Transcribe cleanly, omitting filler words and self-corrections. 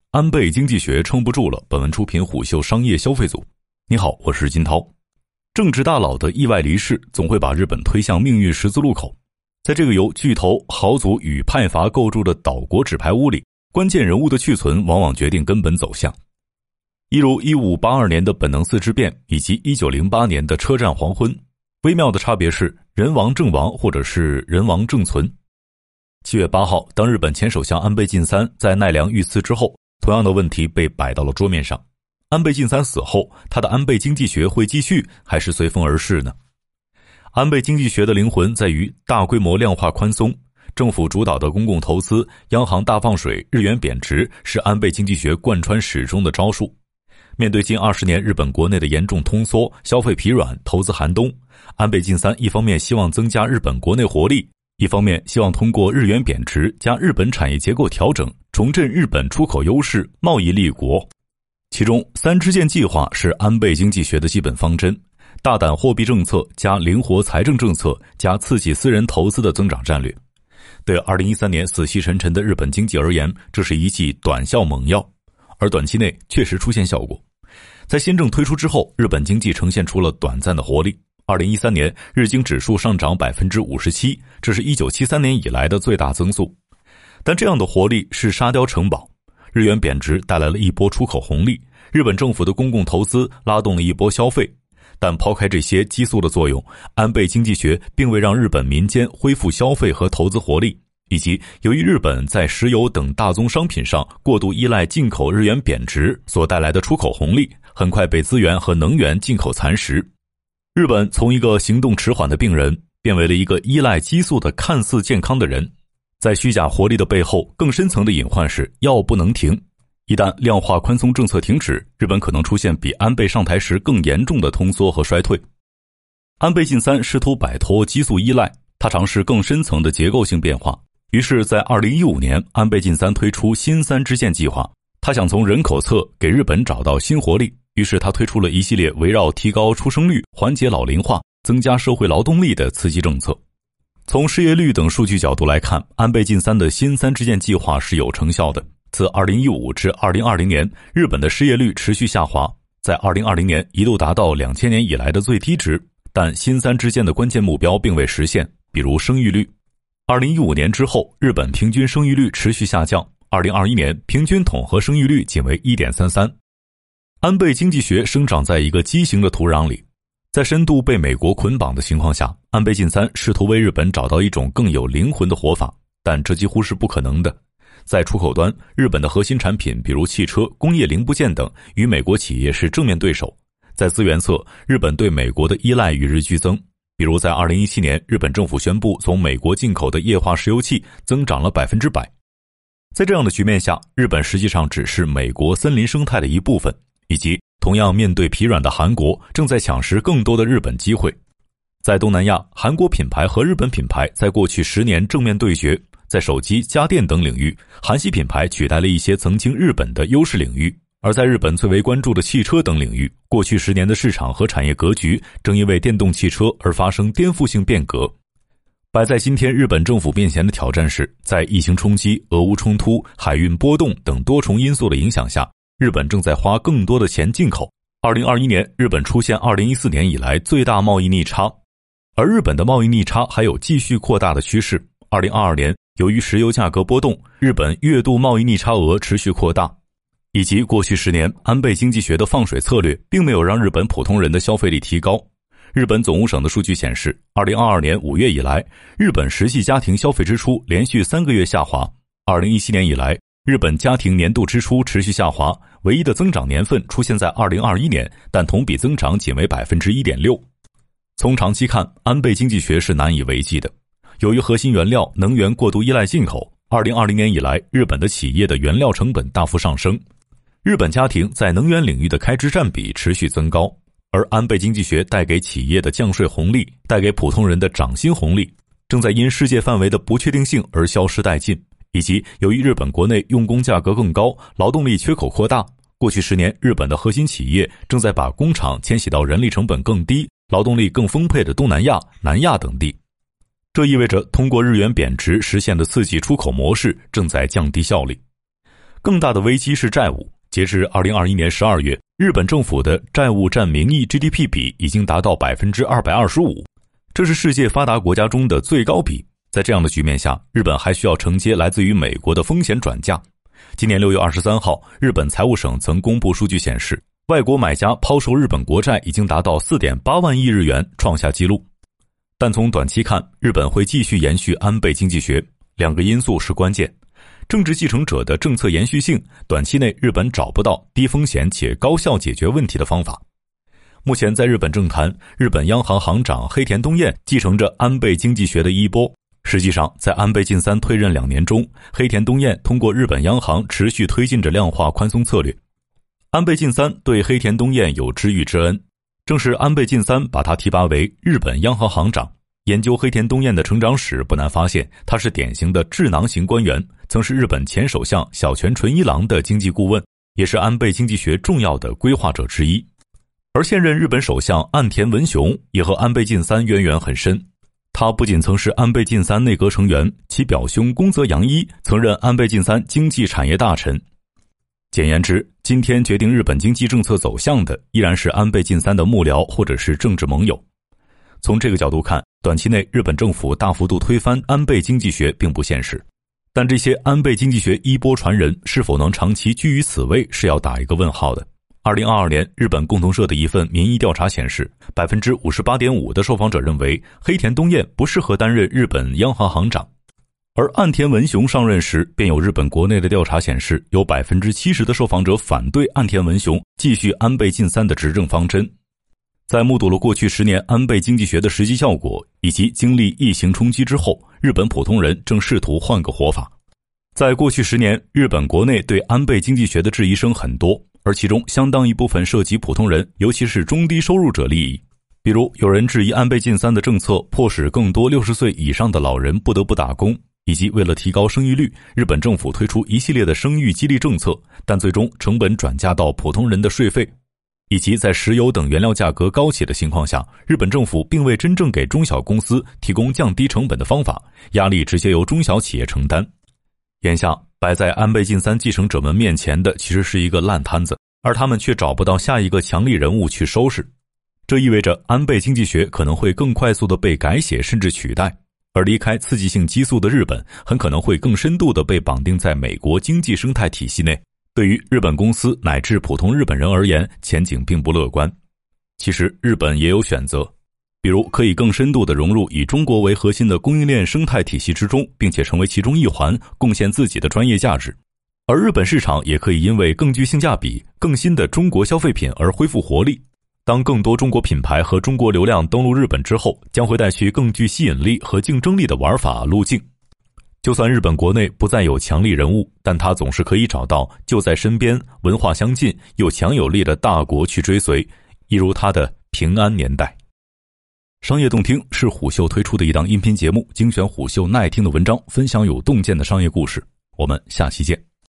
安倍经济学撑不住了。本文出品虎嗅商业消费组。你好，我是金涛。政治大佬的意外离世总会把日本推向命运十字路口。在这个由巨头、豪族与派阀构筑的岛国纸牌屋里，关键人物的去存往往决定根本走向。一如1582年的本能寺之变以及1908年的车站黄昏，微妙的差别是人亡政亡或者是人亡政存。7月8号，当日本前首相安倍晋三在奈良遇刺之后，同样的问题被摆到了桌面上。安倍晋三死后，他的安倍经济学会继续还是随风而逝呢？安倍经济学的灵魂在于大规模量化宽松，政府主导的公共投资，央行大放水，日元贬值是安倍经济学贯穿始终的招数。面对近20年日本国内的严重通缩、消费疲软、投资寒冬，安倍晋三一方面希望增加日本国内活力，一方面希望通过日元贬值加日本产业结构调整，重振日本出口优势，贸易立国。其中3支箭计划是安倍经济学的基本方针，大胆货币政策加灵活财政政策加刺激私人投资的增长战略。对2013年死气沉沉的日本经济而言，这是一剂短效猛药，而短期内确实出现效果。在新政推出之后，日本经济呈现出了短暂的活力。2013年日经指数上涨 57%， 这是1973年以来的最大增速。但这样的活力是沙雕城堡，日元贬值带来了一波出口红利，日本政府的公共投资拉动了一波消费。但抛开这些激素的作用，安倍经济学并未让日本民间恢复消费和投资活力，以及由于日本在石油等大宗商品上过度依赖进口日元贬值所带来的出口红利，很快被资源和能源进口蚕食。日本从一个行动迟缓的病人变为了一个依赖激素的看似健康的人。在虚假活力的背后，更深层的隐患是药不能停。一旦量化宽松政策停止，日本可能出现比安倍上台时更严重的通缩和衰退。安倍晋三试图摆脱激素依赖，他尝试更深层的结构性变化。于是在2015年，安倍晋三推出新3支箭计划，他想从人口侧给日本找到新活力。于是他推出了一系列围绕提高出生率、缓解老龄化、增加社会劳动力的刺激政策。从失业率等数据角度来看，安倍晋三的新3支箭计划是有成效的。自2015至2020年，日本的失业率持续下滑，在2020年一度达到2000年以来的最低值，但新3支箭的关键目标并未实现，比如生育率。2015年之后，日本平均生育率持续下降，2021年平均统合生育率仅为 1.33。 安倍经济学生长在一个畸形的土壤里，在深度被美国捆绑的情况下，安倍晋三试图为日本找到一种更有灵魂的活法，但这几乎是不可能的。在出口端，日本的核心产品比如汽车、工业零部件等与美国企业是正面对手。在资源侧，日本对美国的依赖与日俱增，比如在2017年，日本政府宣布从美国进口的液化石油气增长了 100%。 在这样的局面下，日本实际上只是美国森林生态的一部分，以及同样面对疲软的韩国正在抢食更多的日本机会。在东南亚，韩国品牌和日本品牌在过去10年正面对决，在手机、家电等领域，韩系品牌取代了一些曾经日本的优势领域，而在日本最为关注的汽车等领域，过去10年的市场和产业格局正因为电动汽车而发生颠覆性变革。摆在今天日本政府面前的挑战是，在疫情冲击、俄乌冲突、海运波动等多重因素的影响下，日本正在花更多的钱进口。2021年，日本出现2014年以来最大贸易逆差，而日本的贸易逆差还有继续扩大的趋势。2022年，由于石油价格波动，日本月度贸易逆差额持续扩大，以及过去10年安倍经济学的放水策略并没有让日本普通人的消费力提高。日本总务省的数据显示，2022年5月以来，日本实际家庭消费支出连续3个月下滑。2017年以来，日本家庭年度支出持续下滑，唯一的增长年份出现在2021年，但同比增长仅为 1.6%。 从长期看，安倍经济学是难以为继的。由于核心原料能源过度依赖进口，2020年以来，日本的企业的原料成本大幅上升，日本家庭在能源领域的开支占比持续增高，而安倍经济学带给企业的降税红利，带给普通人的涨薪红利，正在因世界范围的不确定性而消失殆尽，以及由于日本国内用工价格更高，劳动力缺口扩大，过去10年，日本的核心企业正在把工厂迁徙到人力成本更低、劳动力更丰沛的东南亚、南亚等地。这意味着通过日元贬值实现的刺激出口模式正在降低效力。 更大的危机是债务。截至2021年12月，日本政府的债务占名义 GDP 比已经达到 225%， 这是世界发达国家中的最高比。在这样的局面下，日本还需要承接来自于美国的风险转嫁。今年6月23号，日本财务省曾公布数据显示，外国买家抛售日本国债已经达到 4.8 万亿日元，创下纪录。但从短期看，日本会继续延续安倍经济学，两个因素是关键。政治继承者的政策延续性，短期内日本找不到低风险且高效解决问题的方法。目前在日本政坛，日本央行行长黑田东彦继承着安倍经济学的衣钵。实际上，在安倍晋三退任2年中，黑田东彦通过日本央行持续推进着量化宽松策略。安倍晋三对黑田东彦有知遇之恩，正是安倍晋三把他提拔为日本央行行长。研究黑田东彦的成长史，不难发现他是典型的智囊型官员，曾是日本前首相小泉纯一郎的经济顾问，也是安倍经济学重要的规划者之一。而现任日本首相岸田文雄也和安倍晋三渊源很深，他不仅曾是安倍晋三内阁成员，其表兄宫泽洋一曾任安倍晋三经济产业大臣。简言之，今天决定日本经济政策走向的依然是安倍晋三的幕僚或者是政治盟友。从这个角度看，短期内日本政府大幅度推翻安倍经济学并不现实，但这些安倍经济学衣钵传人是否能长期居于此位是要打一个问号的。2022年，日本共同社的一份民意调查显示， 58.5% 的受访者认为黑田东彦不适合担任日本央行行长。而岸田文雄上任时，便有日本国内的调查显示，有 70% 的受访者反对岸田文雄继续安倍晋三的执政方针。在目睹了过去10年安倍经济学的实际效果，以及经历疫情冲击之后，日本普通人正试图换个活法。在过去10年，日本国内对安倍经济学的质疑声很多，而其中相当一部分涉及普通人，尤其是中低收入者利益。比如有人质疑安倍晋三的政策迫使更多60岁以上的老人不得不打工，以及为了提高生育率，日本政府推出一系列的生育激励政策，但最终成本转嫁到普通人的税费，以及在石油等原料价格高企的情况下，日本政府并未真正给中小公司提供降低成本的方法，压力直接由中小企业承担。眼下摆在安倍晋三继承者们面前的其实是一个烂摊子，而他们却找不到下一个强力人物去收拾。这意味着安倍经济学可能会更快速地被改写甚至取代，而离开刺激性激素的日本很可能会更深度地被绑定在美国经济生态体系内。对于日本公司乃至普通日本人而言，前景并不乐观。其实日本也有选择，比如可以更深度地融入以中国为核心的供应链生态体系之中，并且成为其中一环，贡献自己的专业价值。而日本市场也可以因为更具性价比、更新的中国消费品而恢复活力。当更多中国品牌和中国流量登陆日本之后，将会带去更具吸引力和竞争力的玩法路径。就算日本国内不再有强力人物，但他总是可以找到就在身边、文化相近又强有力的大国去追随，一如他的平安年代。商业洞听是虎嗅推出的一档音频节目，精选虎嗅耐听的文章，分享有洞见的商业故事。我们下期见。